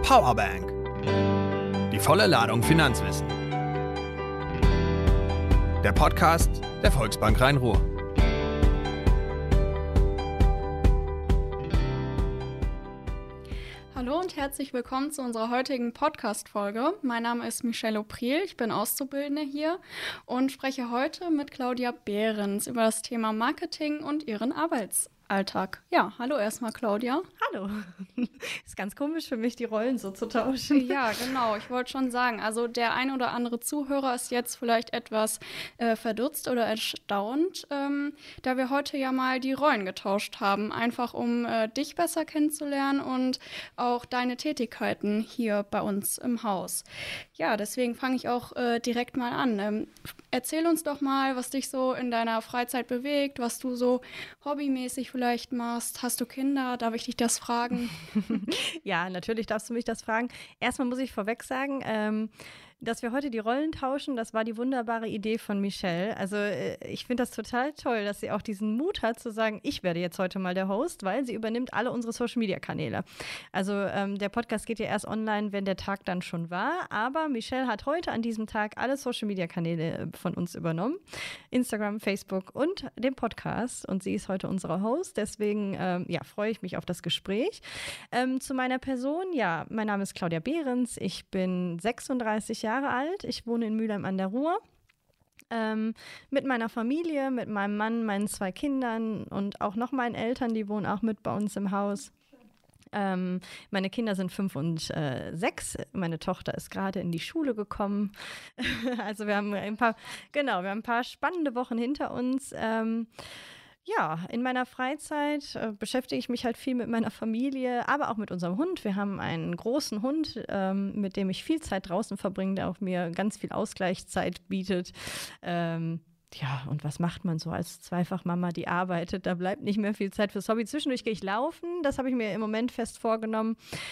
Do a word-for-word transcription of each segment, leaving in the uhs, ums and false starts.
Powerbank. Die volle Ladung Finanzwissen. Der Podcast der Volksbank Rhein-Ruhr. Hallo und herzlich willkommen zu unserer heutigen Podcast-Folge. Mein Name ist Michelle Opriel, ich bin Auszubildende hier und spreche heute mit Claudia Behrens über das Thema Marketing und ihren Arbeitsalltag. Ja, hallo erstmal Claudia. Hallo. Ist ganz komisch für mich, die Rollen so zu tauschen. Ja, genau. Ich wollte schon sagen, also der ein oder andere Zuhörer ist jetzt vielleicht etwas äh, verdutzt oder erstaunt, ähm, da wir heute ja mal die Rollen getauscht haben, einfach um äh, dich besser kennenzulernen und auch deine Tätigkeiten hier bei uns im Haus. Ja, deswegen fange ich auch äh, direkt mal an. Ähm, erzähl uns doch mal, was dich so in deiner Freizeit bewegt, was du so hobbymäßig vielleicht machst. Hast du Kinder? Darf ich dich das fragen? Ja, natürlich darfst du mich das fragen. Erstmal muss ich vorweg sagen, ähm, dass wir heute die Rollen tauschen, das war die wunderbare Idee von Michelle. Also äh, ich finde das total toll, dass sie auch diesen Mut hat zu sagen, ich werde jetzt heute mal der Host, weil sie übernimmt alle unsere Social-Media-Kanäle. Also ähm, der Podcast geht ja erst online, wenn der Tag dann schon war, aber Michelle hat heute an diesem Tag alle Social-Media-Kanäle von uns übernommen. Instagram, Facebook und den Podcast, und sie ist heute unsere Host, deswegen ähm, ja, freue ich mich auf das Gespräch. Ähm, zu meiner Person, ja, mein Name ist Claudia Behrens, ich bin sechsunddreißig Jahre alt, ich wohne in Mülheim an der Ruhr. Ähm, mit meiner Familie, mit meinem Mann, meinen zwei Kindern und auch noch meinen Eltern, die wohnen auch mit bei uns im Haus. Ähm, meine Kinder sind fünf und äh, sechs. Meine Tochter ist gerade in die Schule gekommen. Also wir haben ein paar, genau, wir haben ein paar spannende Wochen hinter uns. Ähm, Ja, in meiner Freizeit äh, beschäftige ich mich halt viel mit meiner Familie, aber auch mit unserem Hund. Wir haben einen großen Hund, ähm, mit dem ich viel Zeit draußen verbringe, der auch mir ganz viel Ausgleichszeit bietet. Ähm, ja, und was macht man so als Zweifachmama, die arbeitet? Da bleibt nicht mehr viel Zeit fürs Hobby. Zwischendurch gehe ich laufen, das habe ich mir im Moment fest vorgenommen.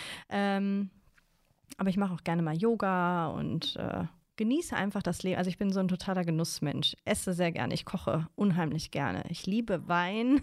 Ähm, aber ich mache auch gerne mal Yoga und äh, genieße einfach das Leben. Also ich bin so ein totaler Genussmensch. Esse sehr gerne, ich koche unheimlich gerne. Ich liebe Wein,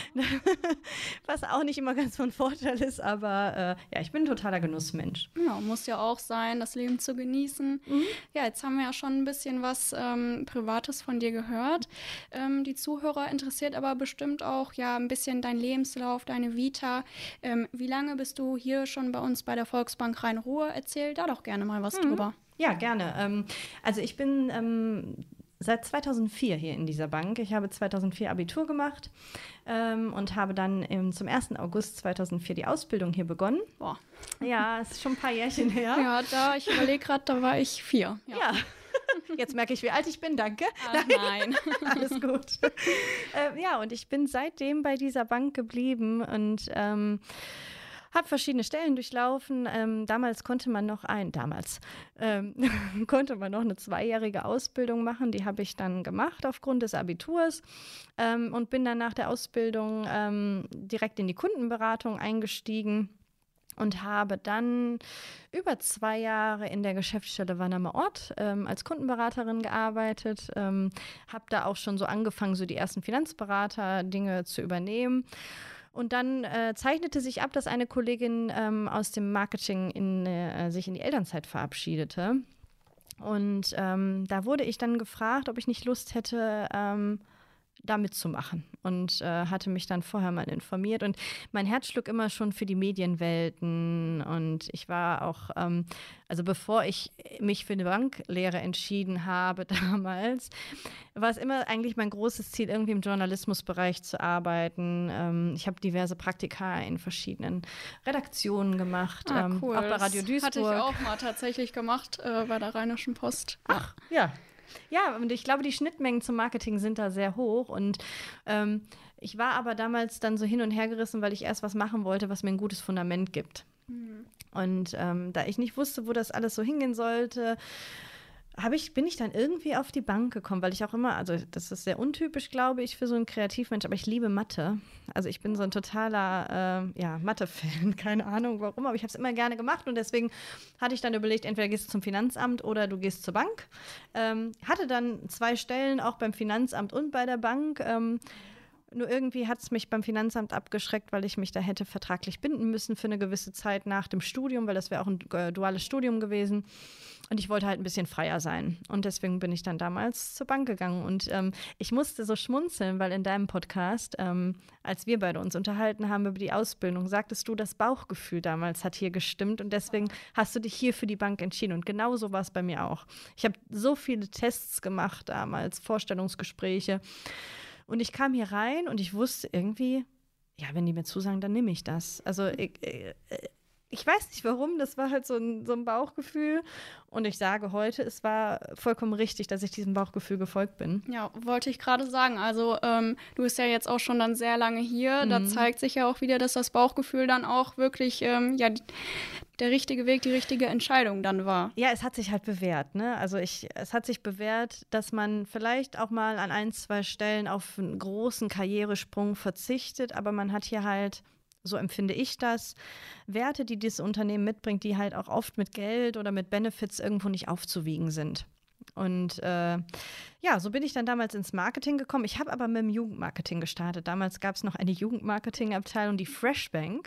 was auch nicht immer ganz von Vorteil ist, aber äh, ja, ich bin ein totaler Genussmensch. Genau, muss ja auch sein, das Leben zu genießen. Mhm. Ja, jetzt haben wir ja schon ein bisschen was ähm, Privates von dir gehört. Ähm, die Zuhörer interessiert aber bestimmt auch ja ein bisschen dein Lebenslauf, deine Vita. Ähm, wie lange bist du hier schon bei uns bei der Volksbank Rhein-Ruhr? Erzähl da doch gerne mal was mhm. drüber. Ja, gerne. Ähm, also ich bin ähm, seit zweitausendvier hier in dieser Bank. Ich habe zweitausendvier Abitur gemacht ähm, und habe dann im, zum ersten August zweitausendvier die Ausbildung hier begonnen. Boah. Ja, es ist schon ein paar Jährchen her. Ja, da, ich überlege gerade, da war ich vier. Ja. ja. Jetzt merke ich, wie alt ich bin, danke. Ach, nein. Alles gut. äh, ja, und ich bin seitdem bei dieser Bank geblieben und ähm, habe verschiedene Stellen durchlaufen. Ähm, damals konnte man noch ein, damals ähm, konnte man noch eine zweijährige Ausbildung machen. Die habe ich dann gemacht aufgrund des Abiturs ähm, und bin dann nach der Ausbildung ähm, direkt in die Kundenberatung eingestiegen und habe dann über zwei Jahre in der Geschäftsstelle Wannermer Ort ähm, als Kundenberaterin gearbeitet. Ähm, habe da auch schon so angefangen, so die ersten Finanzberater-Dinge zu übernehmen. Und dann äh, zeichnete sich ab, dass eine Kollegin ähm, aus dem Marketing in, äh, sich in die Elternzeit verabschiedete. Und ähm, da wurde ich dann gefragt, ob ich nicht Lust hätte, ähm, da mitzumachen. Und äh, hatte mich dann vorher mal informiert. Und mein Herz schlug immer schon für die Medienwelten. Und ich war auch, ähm, also bevor ich mich für eine Banklehre entschieden habe damals, war es immer eigentlich mein großes Ziel, irgendwie im Journalismusbereich zu arbeiten. Ähm, ich habe diverse Praktika in verschiedenen Redaktionen gemacht. Ah, ähm, cool. Auch bei Radio das Duisburg. Hatte ich auch mal tatsächlich gemacht äh, bei der Rheinischen Post. Ach, ja. Ja, und ich glaube, die Schnittmengen zum Marketing sind da sehr hoch. Und ähm, ich war aber damals dann so hin und her gerissen, weil ich erst was machen wollte, was mir ein gutes Fundament gibt. Mhm. Und ähm, da ich nicht wusste, wo das alles so hingehen sollte, habe ich, bin ich dann irgendwie auf die Bank gekommen, weil ich auch immer, also das ist sehr untypisch, glaube ich, für so einen Kreativmensch, aber ich liebe Mathe. Also ich bin so ein totaler äh, ja, Mathe-Fan, keine Ahnung warum, aber ich habe es immer gerne gemacht und deswegen hatte ich dann überlegt, entweder gehst du zum Finanzamt oder du gehst zur Bank. Ähm, hatte dann zwei Stellen, auch beim Finanzamt und bei der Bank. Ähm, Nur irgendwie hat es mich beim Finanzamt abgeschreckt, weil ich mich da hätte vertraglich binden müssen für eine gewisse Zeit nach dem Studium, weil das wäre auch ein äh, duales Studium gewesen. Und ich wollte halt ein bisschen freier sein. Und deswegen bin ich dann damals zur Bank gegangen. Und ähm, ich musste so schmunzeln, weil in deinem Podcast, ähm, als wir beide uns unterhalten haben über die Ausbildung, sagtest du, das Bauchgefühl damals hat hier gestimmt. Und deswegen hast du dich hier für die Bank entschieden. Und genau so war es bei mir auch. Ich habe so viele Tests gemacht damals, Vorstellungsgespräche. Und ich kam hier rein und ich wusste irgendwie, ja, wenn die mir zusagen, dann nehme ich das. Also ich, ich, ich weiß nicht warum, das war halt so ein, so ein Bauchgefühl. Und ich sage heute, es war vollkommen richtig, dass ich diesem Bauchgefühl gefolgt bin. Ja, wollte ich gerade sagen. Also ähm, du bist ja jetzt auch schon dann sehr lange hier. Mhm. Da zeigt sich ja auch wieder, dass das Bauchgefühl dann auch wirklich ähm, ja, der richtige Weg, die richtige Entscheidung dann war. Ja, es hat sich halt bewährt, ne? Also ich, es hat sich bewährt, dass man vielleicht auch mal an ein, zwei Stellen auf einen großen Karrieresprung verzichtet, aber man hat hier halt, so empfinde ich das, Werte, die dieses Unternehmen mitbringt, die halt auch oft mit Geld oder mit Benefits irgendwo nicht aufzuwiegen sind. Und äh, ja, so bin ich dann damals ins Marketing gekommen. Ich habe aber mit dem Jugendmarketing gestartet. Damals gab es noch eine Jugendmarketing-Abteilung, die Freshbank.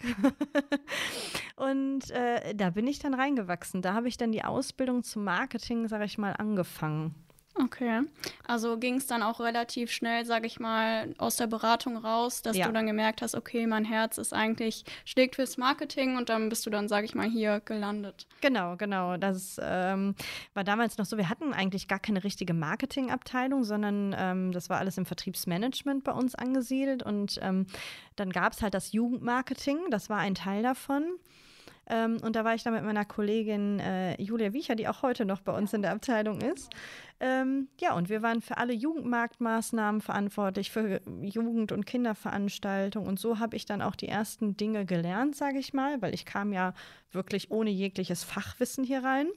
Und äh, da bin ich dann reingewachsen. Da habe ich dann die Ausbildung zum Marketing, sage ich mal, angefangen. Okay, also ging es dann auch relativ schnell, sage ich mal, aus der Beratung raus, dass ja. du dann gemerkt hast, okay, mein Herz ist eigentlich, schlägt fürs Marketing und dann bist du dann, sage ich mal, hier gelandet. Genau, genau. Das ähm, war damals noch so, wir hatten eigentlich gar keine richtige Marketingabteilung, sondern ähm, das war alles im Vertriebsmanagement bei uns angesiedelt und ähm, dann gab es halt das Jugendmarketing, das war ein Teil davon. Ähm, und da war ich dann mit meiner Kollegin äh, Julia Wiecher, die auch heute noch bei uns in der Abteilung ist. Ähm, ja, und wir waren für alle Jugendmarktmaßnahmen verantwortlich, für Jugend- und Kinderveranstaltungen. Und so habe ich dann auch die ersten Dinge gelernt, sage ich mal, weil ich kam ja wirklich ohne jegliches Fachwissen hier rein.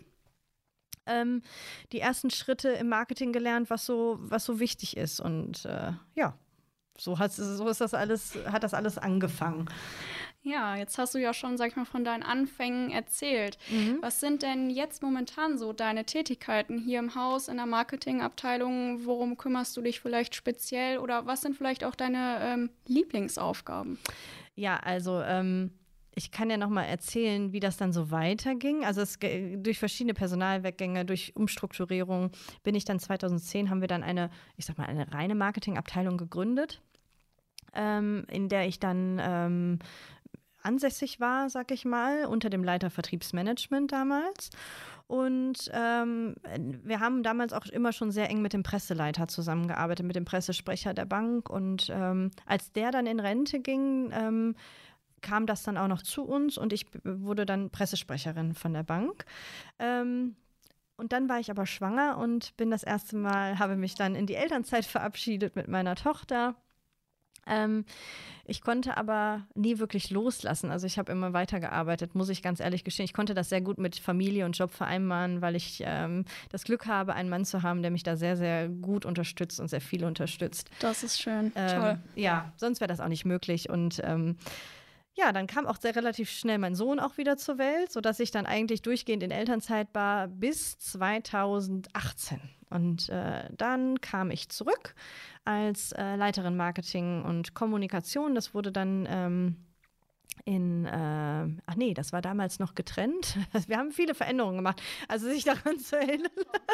Ähm, die ersten Schritte im Marketing gelernt, was so, was so wichtig ist. Und äh, ja, so, hat, so ist das alles, hat das alles angefangen. Ja, jetzt hast du ja schon, sag ich mal, von deinen Anfängen erzählt. Mhm. Was sind denn jetzt momentan so deine Tätigkeiten hier im Haus, in der Marketingabteilung? Worum kümmerst du dich vielleicht speziell oder was sind vielleicht auch deine ähm, Lieblingsaufgaben? Ja, also ähm, ich kann ja noch mal erzählen, wie das dann so weiterging. Also es, durch verschiedene Personalweggänge, durch Umstrukturierung bin ich dann zweitausendzehn, haben wir dann eine, ich sag mal, eine reine Marketingabteilung gegründet, ähm, in der ich dann ähm, ansässig war, sag ich mal, unter dem Leiter Vertriebsmanagement damals. Und ähm, wir haben damals auch immer schon sehr eng mit dem Presseleiter zusammengearbeitet, mit dem Pressesprecher der Bank. Und ähm, als der dann in Rente ging, ähm, kam das dann auch noch zu uns und ich wurde dann Pressesprecherin von der Bank. Ähm, und dann war ich aber schwanger und bin das erste Mal, habe mich dann in die Elternzeit verabschiedet mit meiner Tochter. Ähm, ich konnte aber nie wirklich loslassen. Also ich habe immer weitergearbeitet, muss ich ganz ehrlich gestehen. Ich konnte das sehr gut mit Familie und Job vereinbaren, weil ich ähm, das Glück habe, einen Mann zu haben, der mich da sehr, sehr gut unterstützt und sehr viel unterstützt. Das ist schön, ähm, toll. Ja, sonst wäre das auch nicht möglich. Und ähm, ja, dann kam auch sehr relativ schnell mein Sohn auch wieder zur Welt, sodass ich dann eigentlich durchgehend in Elternzeit war bis zweitausendachtzehn. Und äh, dann kam ich zurück als äh, Leiterin Marketing und Kommunikation. Das wurde dann ähm, in, äh, ach nee, das war damals noch getrennt. Wir haben viele Veränderungen gemacht, also sich daran zu erinnern.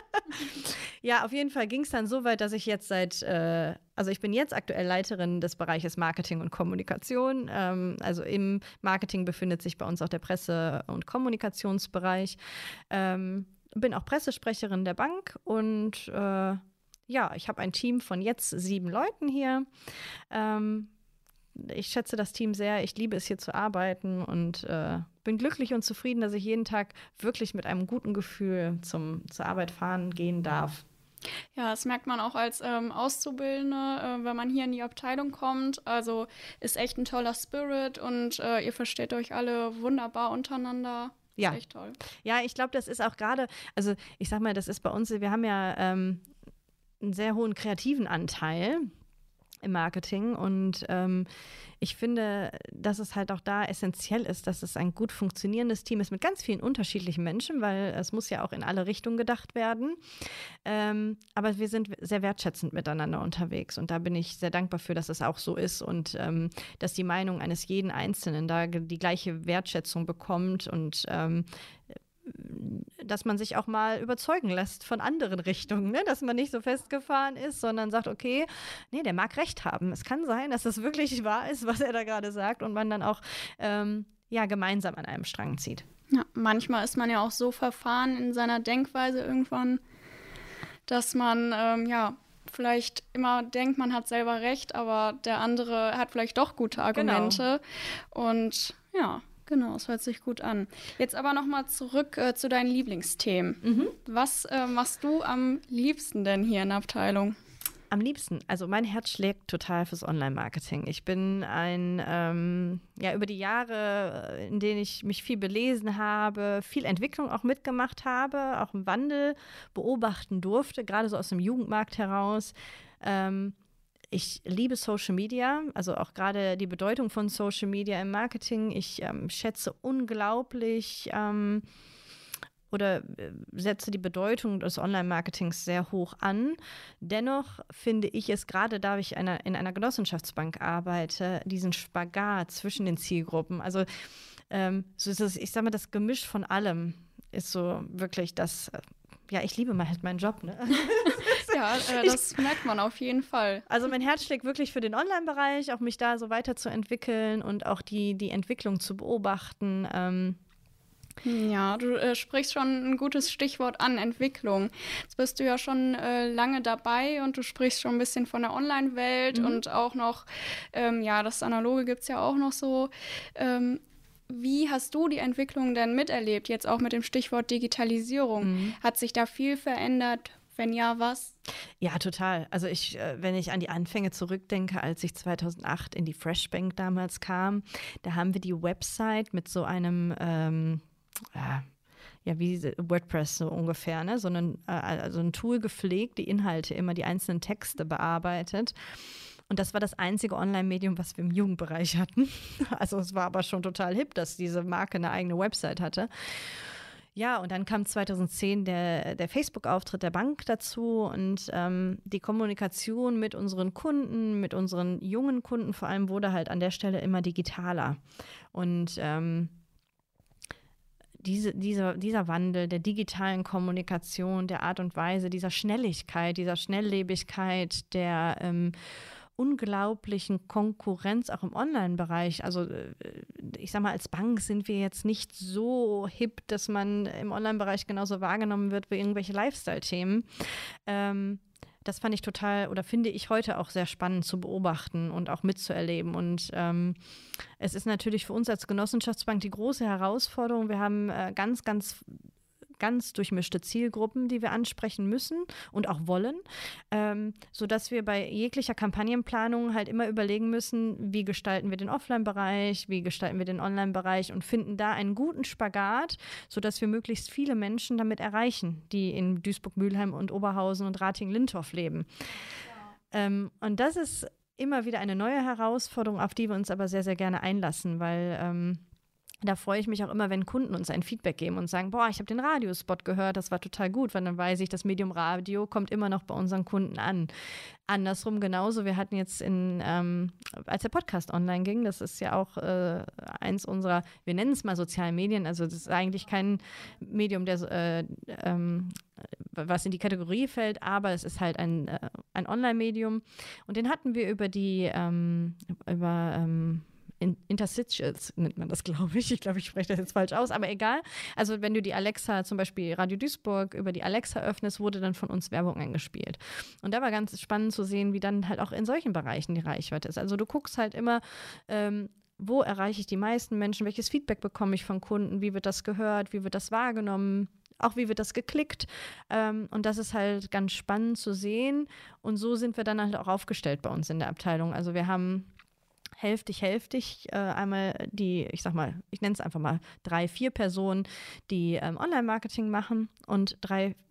Ja, auf jeden Fall ging es dann so weit, dass ich jetzt seit, äh, also ich bin jetzt aktuell Leiterin des Bereiches Marketing und Kommunikation. Ähm, also im Marketing befindet sich bei uns auch der Presse- und Kommunikationsbereich. Ähm, bin auch Pressesprecherin der Bank und äh, ja, ich habe ein Team von jetzt sieben Leuten hier. Ähm, ich schätze das Team sehr. Ich liebe es, hier zu arbeiten und äh, bin glücklich und zufrieden, dass ich jeden Tag wirklich mit einem guten Gefühl zum, zur Arbeit fahren gehen darf. Ja, das merkt man auch als ähm, Auszubildende, äh, wenn man hier in die Abteilung kommt. Also ist echt ein toller Spirit und äh, ihr versteht euch alle wunderbar untereinander. Ja, echt toll. Ja, ich glaube, das ist auch gerade, also ich sag mal, das ist bei uns, wir haben ja ähm, einen sehr hohen kreativen Anteil. im Marketing. Und ähm, ich finde, dass es halt auch da essentiell ist, dass es ein gut funktionierendes Team ist mit ganz vielen unterschiedlichen Menschen, weil es muss ja auch in alle Richtungen gedacht werden. Ähm, aber wir sind sehr wertschätzend miteinander unterwegs und da bin ich sehr dankbar für, dass es auch so ist und ähm, dass die Meinung eines jeden Einzelnen da die gleiche Wertschätzung bekommt und ähm, dass man sich auch mal überzeugen lässt von anderen Richtungen, ne? Dass man nicht so festgefahren ist, sondern sagt, okay, nee, der mag recht haben. Es kann sein, dass das wirklich wahr ist, was er da gerade sagt und man dann auch ähm, ja, gemeinsam an einem Strang zieht. Ja, manchmal ist man ja auch so verfahren in seiner Denkweise irgendwann, dass man ähm, ja vielleicht immer denkt, man hat selber recht, aber der andere hat vielleicht doch gute Argumente. Genau. Und ja, genau, es hört sich gut an. Jetzt aber nochmal zurück äh, zu deinen Lieblingsthemen. Mhm. Was äh, machst du am liebsten denn hier in der Abteilung? Am liebsten, also mein Herz schlägt total fürs Online-Marketing. Ich bin ein, ähm, ja, über die Jahre, in denen ich mich viel belesen habe, viel Entwicklung auch mitgemacht habe, auch einen Wandel beobachten durfte, gerade so aus dem Jugendmarkt heraus. Ähm, Ich liebe Social Media, also auch gerade die Bedeutung von Social Media im Marketing. Ich ähm, schätze unglaublich ähm, oder äh, setze die Bedeutung des Online-Marketings sehr hoch an. Dennoch finde ich es, gerade da ich einer, in einer Genossenschaftsbank arbeite, diesen Spagat zwischen den Zielgruppen. Also ähm, so ist das, ich sage mal, das Gemisch von allem ist so wirklich das, äh, ja, ich liebe mal halt meinen Job, ne? Ja, äh, das ich, merkt man auf jeden Fall. Also mein Herz schlägt wirklich für den Online-Bereich, auch mich da so weiterzuentwickeln und auch die, die Entwicklung zu beobachten. Ähm. Ja, du äh, sprichst schon ein gutes Stichwort an, Entwicklung. Jetzt bist du ja schon äh, lange dabei und du sprichst schon ein bisschen von der Online-Welt mhm. und auch noch, ähm, ja, das Analoge gibt es ja auch noch so. Ähm, Wie hast du die Entwicklung denn miterlebt, jetzt auch mit dem Stichwort Digitalisierung? Mhm. Hat sich da viel verändert? Wenn ja, was? Ja, total. Also ich, wenn ich an die Anfänge zurückdenke, als ich zweitausendacht in die Freshbank damals kam, da haben wir die Website mit so einem, ähm, äh, ja, wie WordPress so ungefähr, ne? So ein, äh, also ein Tool gepflegt, die Inhalte immer, die einzelnen Texte bearbeitet. Und das war das einzige Online-Medium, was wir im Jugendbereich hatten. Also es war aber schon total hip, dass diese Marke eine eigene Website hatte. Ja, und dann kam zweitausendzehn der, der Facebook-Auftritt der Bank dazu und ähm, die Kommunikation mit unseren Kunden, mit unseren jungen Kunden vor allem, wurde halt an der Stelle immer digitaler. Und ähm, diese, dieser, dieser Wandel der digitalen Kommunikation, der Art und Weise, dieser Schnelligkeit, dieser Schnelllebigkeit, der ähm, unglaublichen Konkurrenz auch im Online-Bereich. Also ich sag mal, als Bank sind wir jetzt nicht so hip, dass man im Online-Bereich genauso wahrgenommen wird wie irgendwelche Lifestyle-Themen. Ähm, das fand ich total oder finde ich heute auch sehr spannend zu beobachten und auch mitzuerleben. Und ähm, es ist natürlich für uns als Genossenschaftsbank die große Herausforderung. Wir haben äh, ganz, ganz ganz durchmischte Zielgruppen, die wir ansprechen müssen und auch wollen, ähm, sodass wir bei jeglicher Kampagnenplanung halt immer überlegen müssen, wie gestalten wir den Offline-Bereich, wie gestalten wir den Online-Bereich und finden da einen guten Spagat, sodass wir möglichst viele Menschen damit erreichen, die in Duisburg-Mühlheim und Oberhausen und Ratingen-Lintorf leben. Ja. Ähm, und das ist immer wieder eine neue Herausforderung, auf die wir uns aber sehr, sehr gerne einlassen, weil ähm, da freue ich mich auch immer, wenn Kunden uns ein Feedback geben und sagen, boah, ich habe den Radiospot gehört, das war total gut, weil dann weiß ich, das Medium Radio kommt immer noch bei unseren Kunden an. Andersrum genauso, wir hatten jetzt in, ähm, als der Podcast online ging, das ist ja auch äh, eins unserer, wir nennen es mal sozialen Medien, also das ist eigentlich kein Medium, der äh, ähm, was in die Kategorie fällt, aber es ist halt ein, äh, ein Online-Medium und den hatten wir über die, ähm, über ähm, In Interstitials nennt man das, glaube ich. Ich glaube, ich spreche das jetzt falsch aus, aber egal. Also wenn du die Alexa, zum Beispiel Radio Duisburg, über die Alexa öffnest, wurde dann von uns Werbung eingespielt. Und da war ganz spannend zu sehen, wie dann halt auch in solchen Bereichen die Reichweite ist. Also du guckst halt immer, ähm, wo erreiche ich die meisten Menschen, welches Feedback bekomme ich von Kunden, wie wird das gehört, wie wird das wahrgenommen, auch wie wird das geklickt. Ähm, und das ist halt ganz spannend zu sehen. Und so sind wir dann halt auch aufgestellt bei uns in der Abteilung. Also wir haben hälftig, hälftig, äh, einmal die, ich sag mal, ich nenne es einfach mal drei, vier Personen, die ähm, Online-Marketing machen und drei,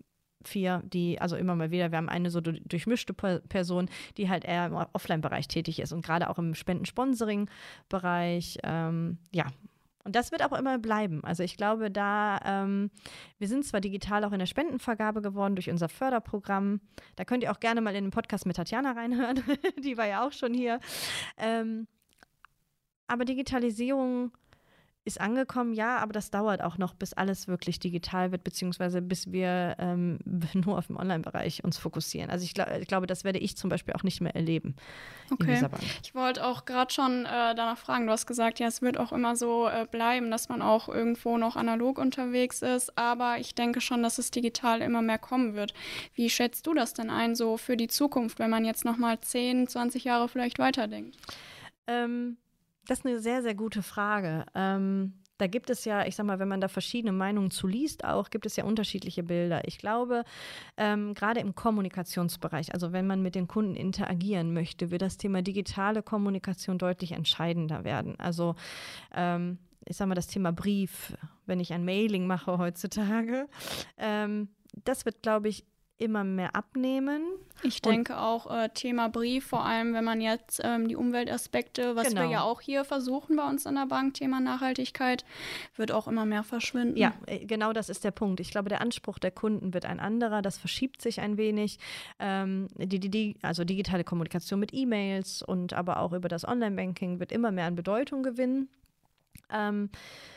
vier, die, also immer mal wieder, wir haben eine so du- durchmischte Pe- Person, die halt eher im Offline-Bereich tätig ist und gerade auch im Spenden-Sponsoring-Bereich, ähm, ja. Und das wird auch immer bleiben. Also ich glaube, da, ähm, wir sind zwar digital auch in der Spendenvergabe geworden durch unser Förderprogramm. Da könnt ihr auch gerne mal in den Podcast mit Tatjana reinhören. Die war ja auch schon hier. Ähm, aber Digitalisierung ist angekommen, ja, aber das dauert auch noch, bis alles wirklich digital wird, beziehungsweise bis wir ähm, nur auf den Online-Bereich uns fokussieren. Also ich, glaub, ich glaube, das werde ich zum Beispiel auch nicht mehr erleben in Okay. dieser Bank. Ich wollte auch gerade schon äh, danach fragen, du hast gesagt, ja, es wird auch immer so äh, bleiben, dass man auch irgendwo noch analog unterwegs ist, aber ich denke schon, dass es digital immer mehr kommen wird. Wie schätzt du das denn ein, so für die Zukunft, wenn man jetzt nochmal zehn, zwanzig Jahre vielleicht weiterdenkt? Ähm, Das ist eine sehr, sehr gute Frage. Ähm, da gibt es ja, ich sag mal, wenn man da verschiedene Meinungen zu liest, auch gibt es ja unterschiedliche Bilder. Ich glaube, ähm, gerade im Kommunikationsbereich, also wenn man mit den Kunden interagieren möchte, wird das Thema digitale Kommunikation deutlich entscheidender werden. Also ähm, ich sag mal, das Thema Brief, wenn ich ein Mailing mache heutzutage, ähm, das wird, glaube ich, immer mehr abnehmen. Ich denke auch äh, Thema Brief, vor allem wenn man jetzt ähm, die Umweltaspekte, was Genau. wir ja auch hier versuchen bei uns in der Bank, Thema Nachhaltigkeit, wird auch immer mehr verschwinden. Ja, äh, genau das ist der Punkt. Ich glaube, der Anspruch der Kunden wird ein anderer. Das verschiebt sich ein wenig. Ähm, die, die, die, also digitale Kommunikation mit E-Mails und aber auch über das Online-Banking wird immer mehr an Bedeutung gewinnen. Ähm,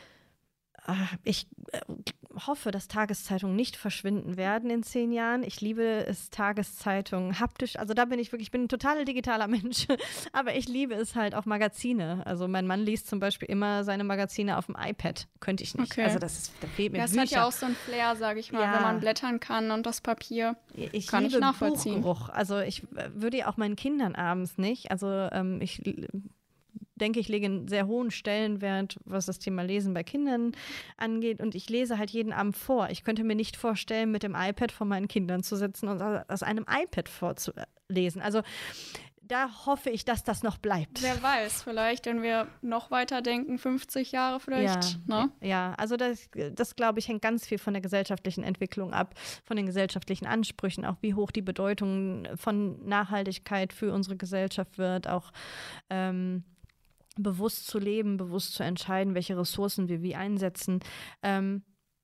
Ich hoffe, dass Tageszeitungen nicht verschwinden werden in zehn Jahren. Ich liebe es, Tageszeitungen haptisch, also da bin ich wirklich, ich bin ein totaler digitaler Mensch, aber ich liebe es halt auch Magazine. Also mein Mann liest zum Beispiel immer seine Magazine auf dem iPad. Könnte ich nicht. Okay. Also das ist, da fehlt mir Ja, es Bücher. hat ja auch so ein Flair, sage ich mal, Ja. wenn man blättern kann und das Papier. Ich Kann ich liebe nachvollziehen. Buchgeruch. Also ich äh, würde ja auch meinen Kindern abends nicht, also ähm, ich denke, ich lege einen sehr hohen Stellenwert, was das Thema Lesen bei Kindern angeht. Und ich lese halt jeden Abend vor. Ich könnte mir nicht vorstellen, mit dem iPad vor meinen Kindern zu sitzen und aus einem iPad vorzulesen. Also da hoffe ich, dass das noch bleibt. Wer weiß, vielleicht, wenn wir noch weiter denken, fünfzig Jahre vielleicht. Ja, Ne? ja, also das, das glaube ich, hängt ganz viel von der gesellschaftlichen Entwicklung ab, von den gesellschaftlichen Ansprüchen, auch wie hoch die Bedeutung von Nachhaltigkeit für unsere Gesellschaft wird, auch ähm, bewusst zu leben, bewusst zu entscheiden, welche Ressourcen wir wie einsetzen. Ähm,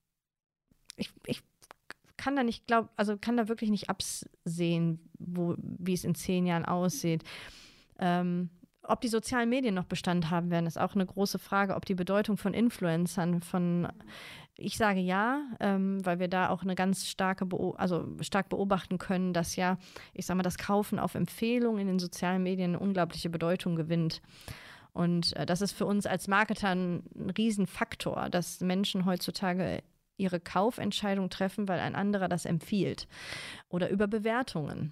ich, ich kann da nicht glauben, also kann da wirklich nicht absehen, wo, wie es in zehn Jahren aussieht. Ähm, ob die sozialen Medien noch Bestand haben werden, ist auch eine große Frage. Ob die Bedeutung von Influencern, von, ich sage ja, ähm, weil wir da auch eine ganz starke, Beo- also stark beobachten können, dass ja, ich sage mal, das Kaufen auf Empfehlung in den sozialen Medien eine unglaubliche Bedeutung gewinnt. Und äh, das ist für uns als Marketer ein, ein Riesenfaktor, dass Menschen heutzutage ihre Kaufentscheidung treffen, weil ein anderer das empfiehlt. Oder über Bewertungen.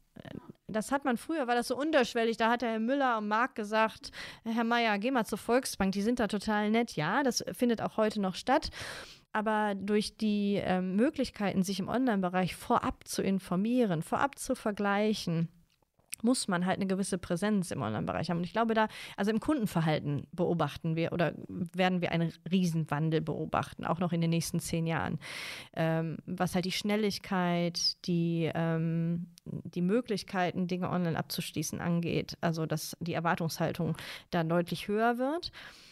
Das hat man früher, war das so unterschwellig, da hat der Herr Müller am Markt gesagt, Herr Meier, geh mal zur Volksbank, die sind da total nett. Ja, das findet auch heute noch statt. Aber durch die ähm, Möglichkeiten, sich im Online-Bereich vorab zu informieren, vorab zu vergleichen, muss man halt eine gewisse Präsenz im Online-Bereich haben. Und ich glaube da, also im Kundenverhalten beobachten wir oder werden wir einen Riesenwandel beobachten, auch noch in den nächsten zehn Jahren. Ähm, was halt die Schnelligkeit, die, ähm, die Möglichkeiten, Dinge online abzuschließen angeht, also dass die Erwartungshaltung da deutlich höher wird.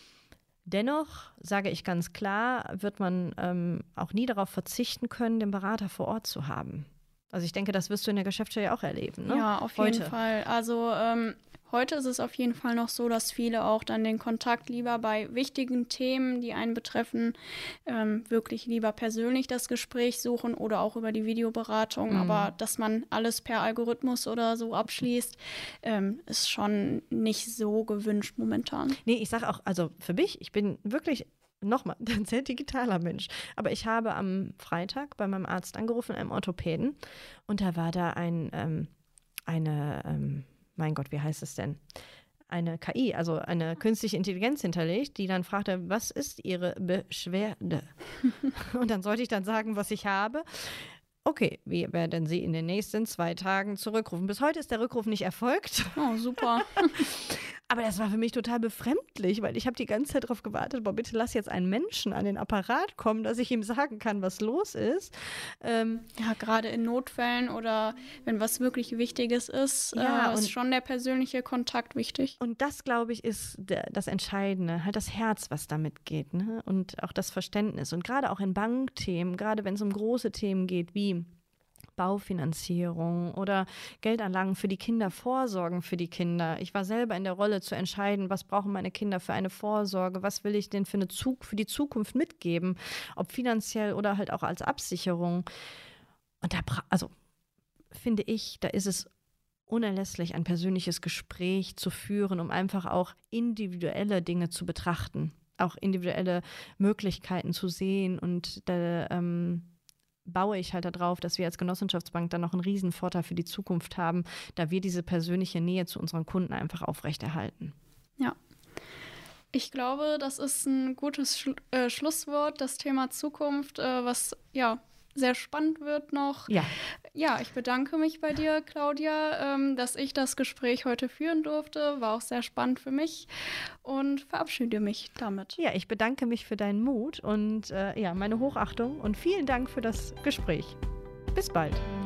Dennoch, sage ich ganz klar, wird man ähm, auch nie darauf verzichten können, den Berater vor Ort zu haben. Also ich denke, das wirst du in der Geschäftsstelle auch erleben, ne? Ja, auf Heute. jeden Fall. Also ähm, heute ist es auf jeden Fall noch so, dass viele auch dann den Kontakt lieber bei wichtigen Themen, die einen betreffen, ähm, wirklich lieber persönlich das Gespräch suchen oder auch über die Videoberatung. Mhm. Aber dass man alles per Algorithmus oder so abschließt, ähm, ist schon nicht so gewünscht momentan. Nee, ich sage auch, also für mich, ich bin wirklich nochmal ein sehr digitaler Mensch. Aber ich habe am Freitag bei meinem Arzt angerufen, einem Orthopäden, und da war da ein, ähm, eine, ähm, mein Gott, wie heißt es denn? Eine K I, also eine künstliche Intelligenz hinterlegt, die dann fragte, was ist Ihre Beschwerde? Und dann sollte ich dann sagen, was ich habe. Okay, wir werden Sie in den nächsten zwei Tagen zurückrufen. Bis heute ist der Rückruf nicht erfolgt. Oh, super. Aber das war für mich total befremdlich, weil ich habe die ganze Zeit darauf gewartet, boah, bitte lass jetzt einen Menschen an den Apparat kommen, dass ich ihm sagen kann, was los ist. Ähm, ja, gerade in Notfällen oder wenn was wirklich Wichtiges ist, ja, äh, ist schon der persönliche Kontakt wichtig. Und das, glaube ich, ist der, das Entscheidende, halt das Herz, was damit geht, ne? Und auch das Verständnis. Und gerade auch in Bankthemen, gerade wenn es um große Themen geht, wie Baufinanzierung oder Geldanlagen für die Kinder, Vorsorgen für die Kinder. Ich war selber in der Rolle zu entscheiden, was brauchen meine Kinder für eine Vorsorge, was will ich denn für, eine Zug, für die Zukunft mitgeben, ob finanziell oder halt auch als Absicherung. Und da, also finde ich, da ist es unerlässlich, ein persönliches Gespräch zu führen, um einfach auch individuelle Dinge zu betrachten, auch individuelle Möglichkeiten zu sehen und da ähm, baue ich halt darauf, dass wir als Genossenschaftsbank dann noch einen riesen Vorteil für die Zukunft haben, da wir diese persönliche Nähe zu unseren Kunden einfach aufrechterhalten. Ja. Ich glaube, das ist ein gutes Schlu- äh, Schlusswort, das Thema Zukunft, äh, was ja sehr spannend wird noch. Ja. Ja, ich bedanke mich bei dir, Claudia, ähm, dass ich das Gespräch heute führen durfte. War auch sehr spannend für mich und verabschiede mich damit. Ja, ich bedanke mich für deinen Mut und äh, ja, meine Hochachtung und vielen Dank für das Gespräch. Bis bald.